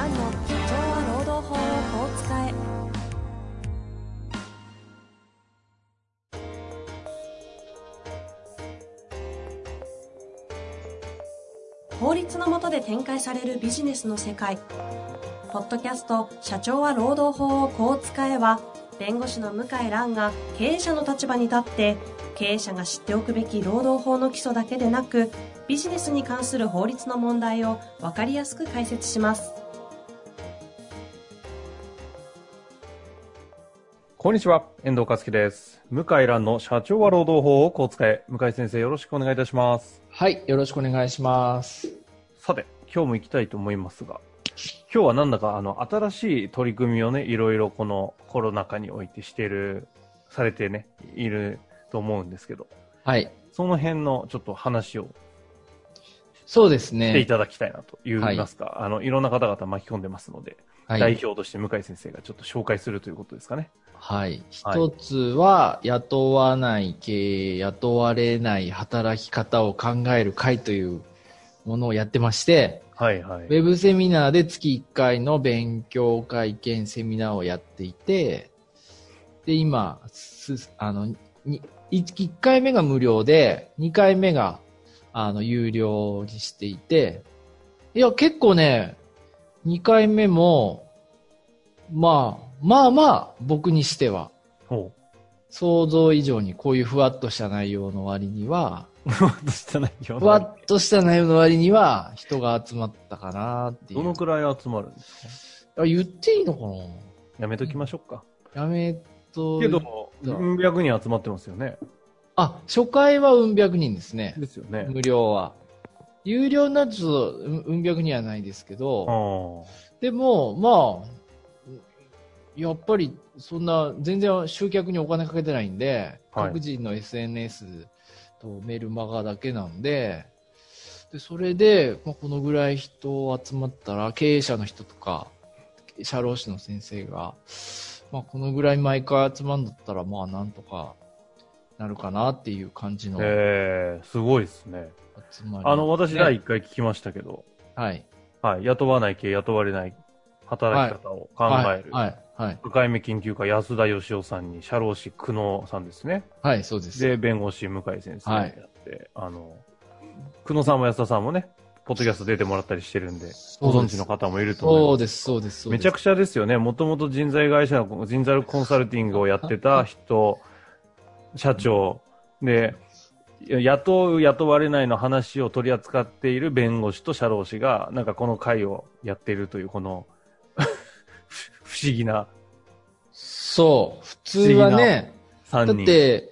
蘭の社長は労働法をこう使え。法律の下で展開されるビジネスの世界。ポッドキャスト社長は労働法をこう使えは、弁護士の向井蘭が経営者の立場に立って経営者が知っておくべき労働法の基礎だけでなく、ビジネスに関する法律の問題を分かりやすく解説します。 こんにちは、遠藤和樹です。向井蘭の社長は労働法をこう使え。向井先生、よろしくお願いいたします。 はい、よろしくお願いします。 さて、今日も行きたいと思いますが、今日はなんだか新しい取り組みをね、いろいろこのコロナ禍においてされてね、いると思うんですけど、 はい。 その辺のちょっと話をそうですね。 していただきたいなと言いますか、 はいろんな方々巻き込んでますので、 はい、 代表として向井先生がちょっと紹介するということですかね。 はい。一つは、雇わない経営、雇われない働き方を考える会というものをやってまして、 はいはい。 ウェブセミナーで月1回の勉強会兼セミナーをやっていて、で、今、1回目が無料で、2回目が、有料にしていて、いや、結構ね、2回目も、まあ、僕にしては、想像以上にこういうふわっとした内容の割には、 ふわっとした内容ふわっとした内容の割には人が集まったかなっていう。 どのくらい集まるんですか？言っていいのかな？ やめときましょうか。 やめと。 けど、うん百人集まってますよね。 あ、初回はうん百人ですね。 ですよね。 無料は。有料になるとうん百人はないですけど、でも、まあ、やっぱりそんな全然集客にお金かけてないんで、各人の SNS とメルマガだけなんで、それで、このぐらい人集まったら、経営者の人とか、社労士の先生が、このぐらい毎回集まるんだったら、なんとかなるかなっていう感じの。 すごいですね。 集まり、 私第1回聞きましたけど、 はい。 はい。雇わない系、雇われない働き方を考える。2回目研究家安田義雄さんに、社労士久野さんですね。 はい、そうです。 で、弁護士向井先生やって、久野さんも安田さんもね、ポッドキャスト出てもらったりしてるんで、ご存知の方もいると思います。 そうです。 めちゃくちゃですよね。もともと人材会社の人材コンサルティングをやってた人、社長で、雇われないの話を取り扱っている弁護士と社労士が、なんかこの会をやっているという、この不思議な。 そう。普通はね、だって、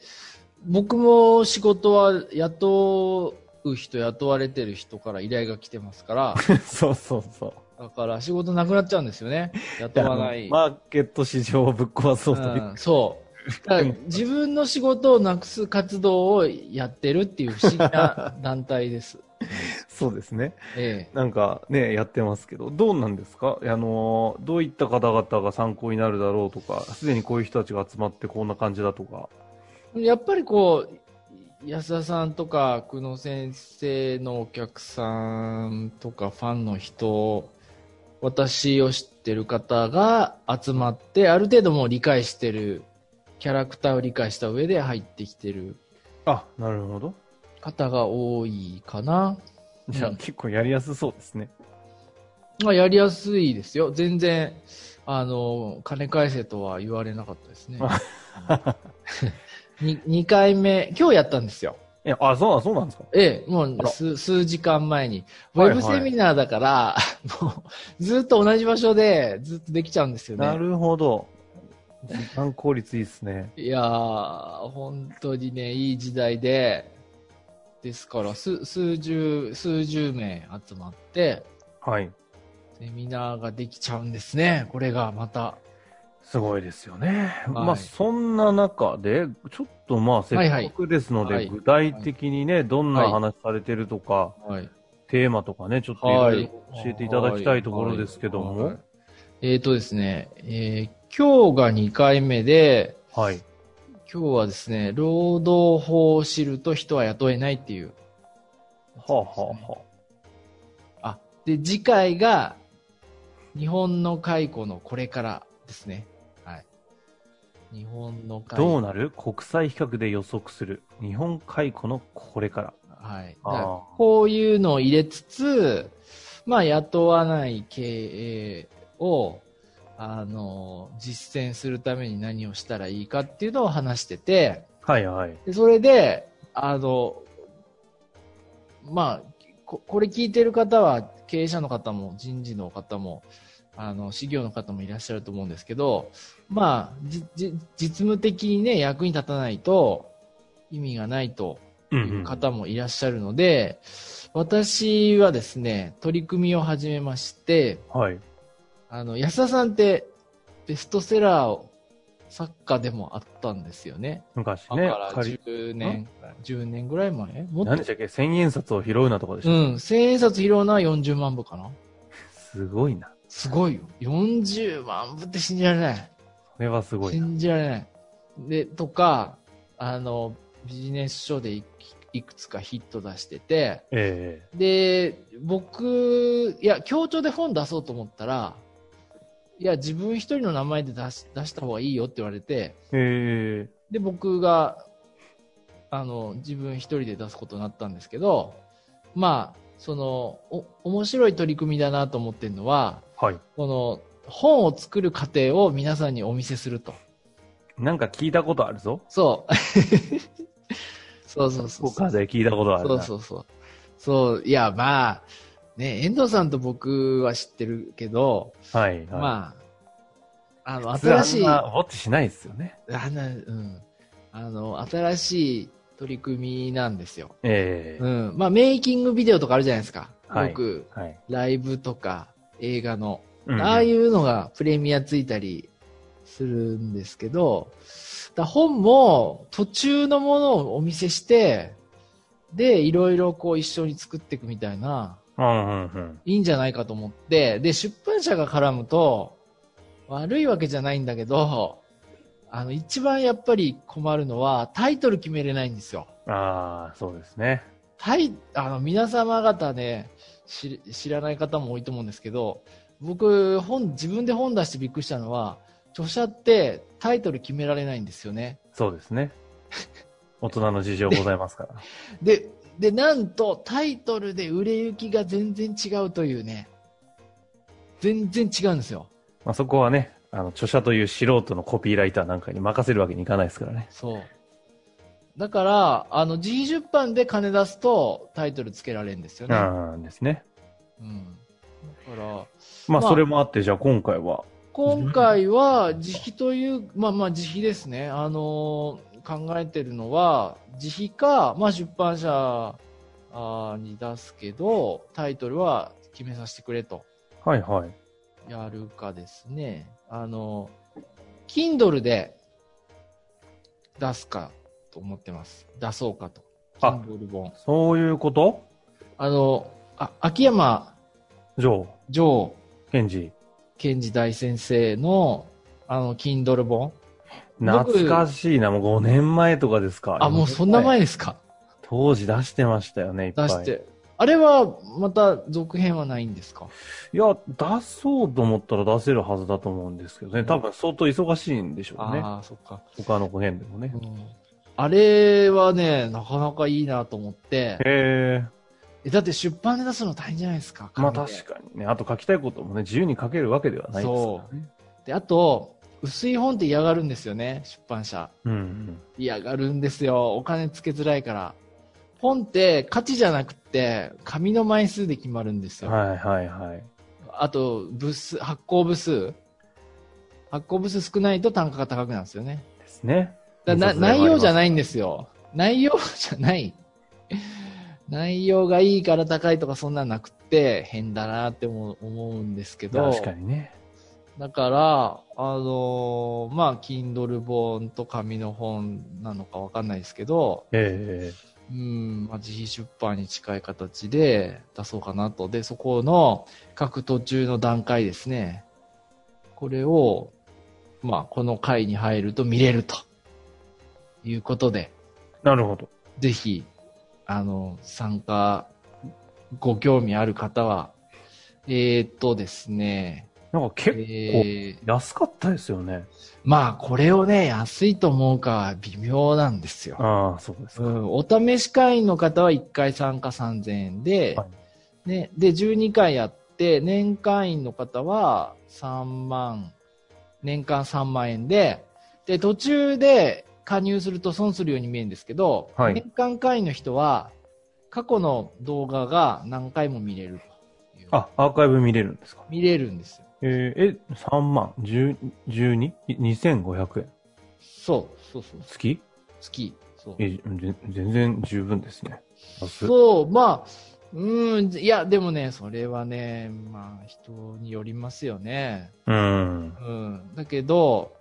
僕も仕事は雇う人、雇われてる人から依頼が来てますから。 そう。 だから仕事なくなっちゃうんですよね。雇わない。 マーケット市場をぶっ壊そうという。 そう。だから自分の仕事をなくす活動をやってるっていう不思議な団体です。 そうですね。なんかね、やってますけど、どうなんですか？どういった方々が参考になるだろうとか、すでにこういう人たちが集まってこんな感じだとか。 やっぱり安田さんとか久野先生のお客さんとかファンの人、私を知ってる方が集まって、ある程度もう理解してる、キャラクターを理解した上で入ってきてる。 あ、なるほど。 方が多いかな。 じゃあ、結構やりやすそうですね。 やりやすいですよ。全然、金返せとは言われなかったですね。2回目、今日やったんですよ。 そうなんですか？ もう数時間前に。ウェブセミナーだから、もうずっと同じ場所でずっとできちゃうんですよね。 なるほど。時間効率いいですね。 いやー、本当にね、いい時代ですから、数十名集まって、セミナーができちゃうんですね。これがまた。 すごいですよね。そんな中で、ちょっとせっかくですので、具体的にね、どんな話されてるとか、テーマとかね、ちょっといろいろ教えていただきたいところですけども。 ですね、今日が2回目で、 今日はですね、労働法を知ると人は雇えないっていう。で、次回が、 日本の蚕のこれからですね。はい。日本の蚕。 どうなる？国際比較で予測する。日本蚕のこれから。 はい。こういうのを入れつつ、まあ、雇わない経営を、実践するために何をしたらいいかっていうのを話してて、 はいはい。 でそれで、まあ、これ聞いてる方は、経営者の方も人事の方も、事業の方もいらっしゃると思うんですけど、まあ、実務的にね、役に立たないと意味がないという方もいらっしゃるので、私はですね、取り組みを始めまして、 はい。 安田さんってベストセラー作家でもあったんですよね。 昔ね。 だから10年ぐらい前もっと。 何でしたっけ？千円札を拾うなとかでしたっけ？ うん。千円札拾うのは40万部かな。 すごいな。 すごいよ。40万部って信じられない。 それはすごいな。 信じられない。で、とか、ビジネス書でいくつかヒット出してて、で、僕、いや、協調で本出そうと思ったら、いや、自分一人の名前で出した方がいいよって言われて、で、僕が、自分一人で出すことになったんですけど、まあ、面白い取り組みだなと思ってるのは、 はい。 この、本を作る過程を皆さんにお見せすると。 なんか聞いたことあるぞ。 そう。そうそうそう。 他で聞いたことあるな。 そう、いや、まあ、ね、遠藤さんと僕は知ってるけど、 はい、はい。 まあ、新しい、 ウォッチしないですよね。 新しい取り組みなんですよ。まあ、メイキングビデオとかあるじゃないですか。僕、ライブとか映画の、ああいうのがプレミアついたりするんですけど、本も途中のものをお見せして、で、いろいろこう一緒に作っていくみたいな、いいんじゃないかと思って、で、出版社が絡むと、悪いわけじゃないんだけど、一番やっぱり困るのは、タイトル決めれないんですよ。 ああ、そうですね。 皆様方ね、知らない方も多いと思うんですけど、僕、自分で本出してびっくりしたのは、著者ってタイトル決められないんですよね。 そうですね。大人の事情ございますから。 で、なんとタイトルで売れ行きが全然違うというね。全然違うんですよ。 まあそこはね、著者という素人のコピーライターなんかに任せるわけにいかないですからね。 そう。だから、自費出版で金出すとタイトルつけられるんですよね。 ですね。 だから、 まあそれもあって、じゃあ今回は自費という、まあ自費ですね。考えてるのは、自費か、まあ出版社に出すけど、タイトルは決めさせてくれと。 はいはい。 やるかですね。Kindle で出すかと思ってます。出そうかと。Kindle 本。 そういうこと？ 秋山城賢治大先生の、Kindle 本。 懐かしいな、もう5年前とかですか。 もうそんな前ですか。 当時出してましたよね、いっぱい。 出して。あれは、また続編はないんですか？ いや、出そうと思ったら出せるはずだと思うんですけどね。多分相当忙しいんでしょうね。 そっか。 他の5編でもね。 あれはね、なかなかいいなと思って。だって出版で出すの大変じゃないですか。 まあ確かにね。あと書きたいこともね、自由に書けるわけではないですからね。そう。 で、あと、薄い本って嫌がるんですよね、出版社。嫌がるんですよ。お金つけづらいから。本って価値じゃなくて、紙の枚数で決まるんですよ。あと、発行部数少ないと単価が高くなるんですよね。 ですね。 内容じゃないんですよ。内容じゃない。内容がいいから高いとかそんなんなくて変だなって思うんですけど。 確かにね。 だから、まあ、Kindle 本と紙の本なのかわかんないですけど、まあ、自費出版に近い形で出そうかなと。で、そこの各途中の段階ですね。これを、まあ、この回に入ると見れるということで。 なるほど。 ぜひ、参加、ご興味ある方は、ですね、 なんか結構安かったですよね。 まあ、これをね、安いと思うかは微妙なんですよ。 ああ、そうですか。 お試し会員の方は1回参加3000円で、 はい、 ね、で、12回やって、年会員の方は年間3万円で、で、途中で加入すると損するように見えるんですけど、 はい、 年間会員の人は、過去の動画が何回も見れるという。 あ、アーカイブ見れるんですか？ 見れるんですよ。 3万、12、2500円。 そう。 月？ 月。そう。 全然十分ですね。 そう、まあ、いや、でもね、それはね、まあ、人によりますよね。だけど、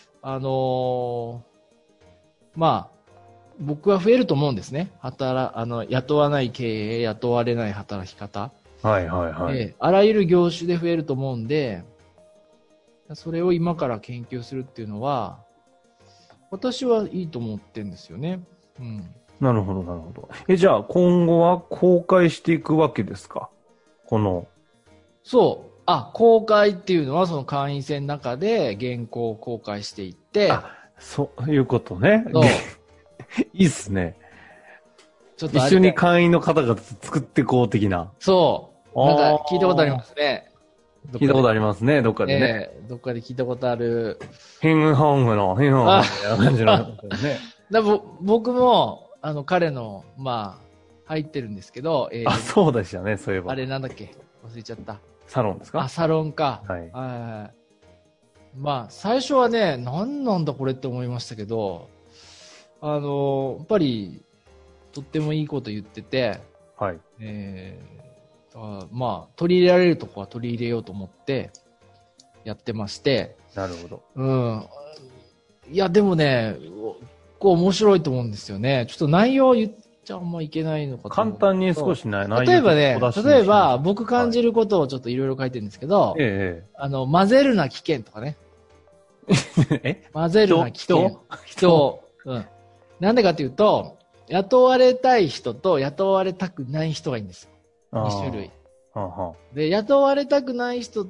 まあ、僕は増えると思うんですね。雇わない経営、雇われない働き方。 はいはいはい。 あらゆる業種で増えると思うんで、それを今から研究するっていうのは、私はいいと思ってるんですよね。 なるほど、なるほど。じゃあ今後は公開していくわけですか？ そう。公開っていうのはその会員制の中で原稿を公開していって。 そういうことね。いいっすね。ちょっと一緒に会員の方が作ってこう的な。 そう。なんか聞いたことありますね。 聞いたことありますね、どっかでね。 どっかで聞いたことある。 ヘンホングの、ヘンホングみたいな感じのね。 僕も、彼の、まあ、入ってるんですけど、 そうでしたね、そういえば。 あれなんだっけ忘れちゃった。 サロンですか？ サロンか。 はい。 まあ、最初はね、何なんだこれって思いましたけど、やっぱり、とってもいいこと言ってて、 はい。 まあ、取り入れられるとこは取り入れようと思ってやってまして。 なるほど。 いや、でもね、面白いと思うんですよね。ちょっと内容言っちゃあんまいけないのかと。 簡単に少し内容例えば僕感じることをちょっといろいろ書いてるんですけど、混ぜるな危険とかね。混ぜるな危険。人。なんでかっていうと、雇われたい人と雇われたくない人がいいんですよ。2種類。で、雇われたくない人って、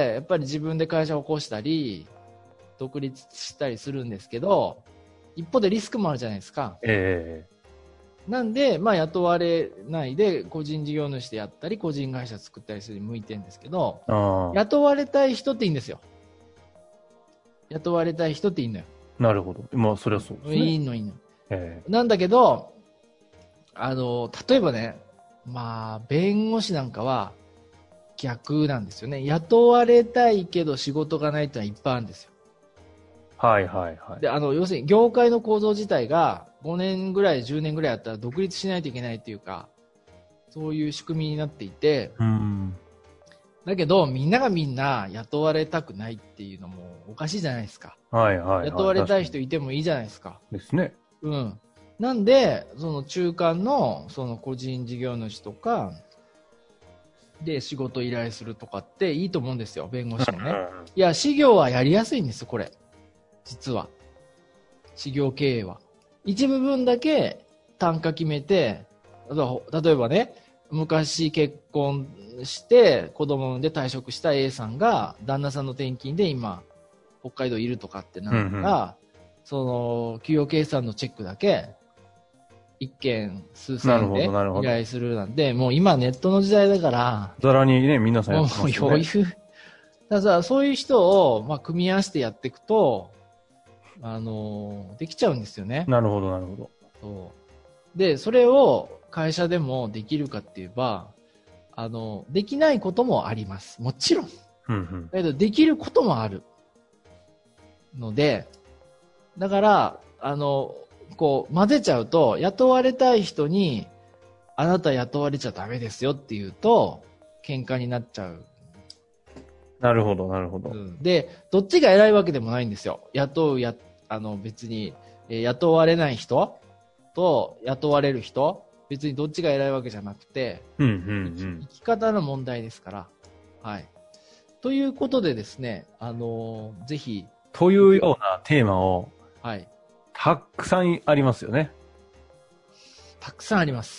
やっぱり自分で会社を起こしたり、独立したりするんですけど、一方でリスクもあるじゃないですか。なんで、まあ雇われないで個人事業主でやったり、個人会社作ったりするに向いてるんですけど、雇われたい人っていいんですよ。雇われたい人っていいのよ。 なるほど。まあ、それはそうですね。 いいの。なんだけど、例えばね、まあ、弁護士なんかは逆なんですよね。雇われたいけど仕事がないってのはいっぱいあるんですよ。で、要するに業界の構造自体が5年ぐらい、10年ぐらいあったら独立しないといけないっていうか、そういう仕組みになっていて、だけど、みんながみんな雇われたくないっていうのもおかしいじゃないですか。雇われたい人いてもいいじゃないですか。 ですね。 なんで、その中間の、その個人事業主とか、で仕事依頼するとかっていいと思うんですよ、弁護士もね。いや、事業はやりやすいんですよ、これ。実は。事業経営は。一部分だけ単価決めて、例えばね、昔結婚して子供産んで退職した A さんが旦那さんの転勤で今北海道いるとかってなるら、その給与計算のチェックだけ一件数千円で依頼するなんて、もう今ネットの時代だからざらにね、皆さんやってますよね。 もう余裕。だからそういう人を、まあ、組み合わせてやっていくとできちゃうんですよね。 なるほど。 そうで、それを会社でもできるかって言えば、できないこともあります。もちろん。だけど、できることもある。ので、だから、こう、混ぜちゃうと、雇われたい人に、あなた雇われちゃダメですよって言うと、喧嘩になっちゃう。 なるほど。 で、どっちが偉いわけでもないんですよ。別に、雇われない人と雇われる人、別にどっちが偉いわけじゃなくて、生き方の問題ですから。はい。ということでですね、ぜひ。 というようなテーマを、 はい。 たくさんありますよね。 たくさんあります。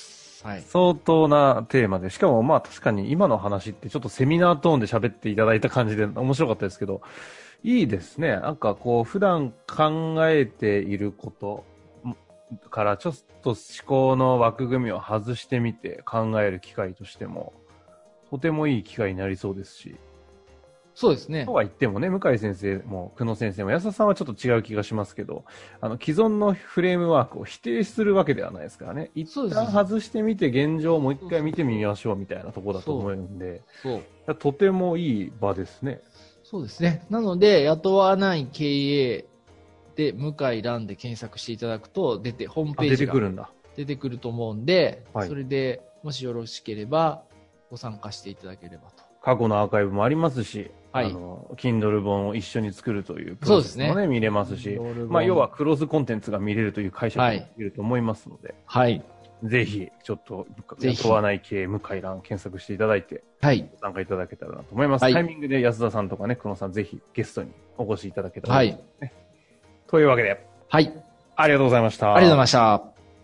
はい。 相当なテーマで、しかもまあ確かに今の話ってちょっとセミナートーンで喋っていただいた感じで面白かったですけど、いいですね。なんかこう普段考えていることからちょっと思考の枠組みを外してみて考える機会としても、とてもいい機会になりそうですし。 そうですねと。は言ってもね、向井先生も久野先生も安田さんはちょっと違う気がしますけど、既存のフレームワークを否定するわけではないですからね。一そうです旦外してみて現状をもう一回見てみましょうみたいなところだと思うんで、 そう。 とてもいい場ですね。 そうですね。なので、雇わない経営で、向井蘭で検索していただくと、ホームペー出ジがてくるんだ。 出てくると思うんで、 はいそれでもしよろしければ、ご参加していただければと。 過去のアーカイブもありますし、 はい Kindle 本を一緒に作るというプロセスそうですねもね、見れますし Kindle 本、 まあ、要はクローズコンテンツが見れるという解釈もできると思いますので、 はい。 ぜひ、ちょっと、 ぜひ雇わない系向井蘭検索していただいて、 はい。 ご参加いただけたらなと思います。 はいタイミングで安田さんとかね、久野さん、ぜひゲストにお越しいただけたらはいと思いますね。というわけで、 はい。 ありがとうございました。 ありがとうございました。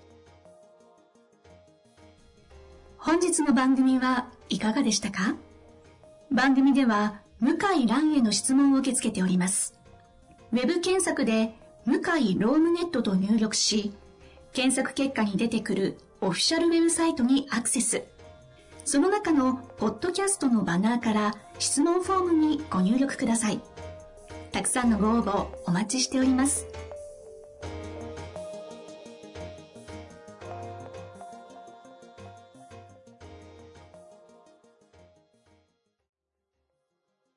本日の番組はいかがでしたか？番組では向井蘭への質問を受け付けております。ウェブ検索で向井ロームネットと入力し、検索結果に出てくるオフィシャルウェブサイトにアクセス。その中のポッドキャストのバナーから質問フォームにご入力ください。たくさんのご応募お待ちしております。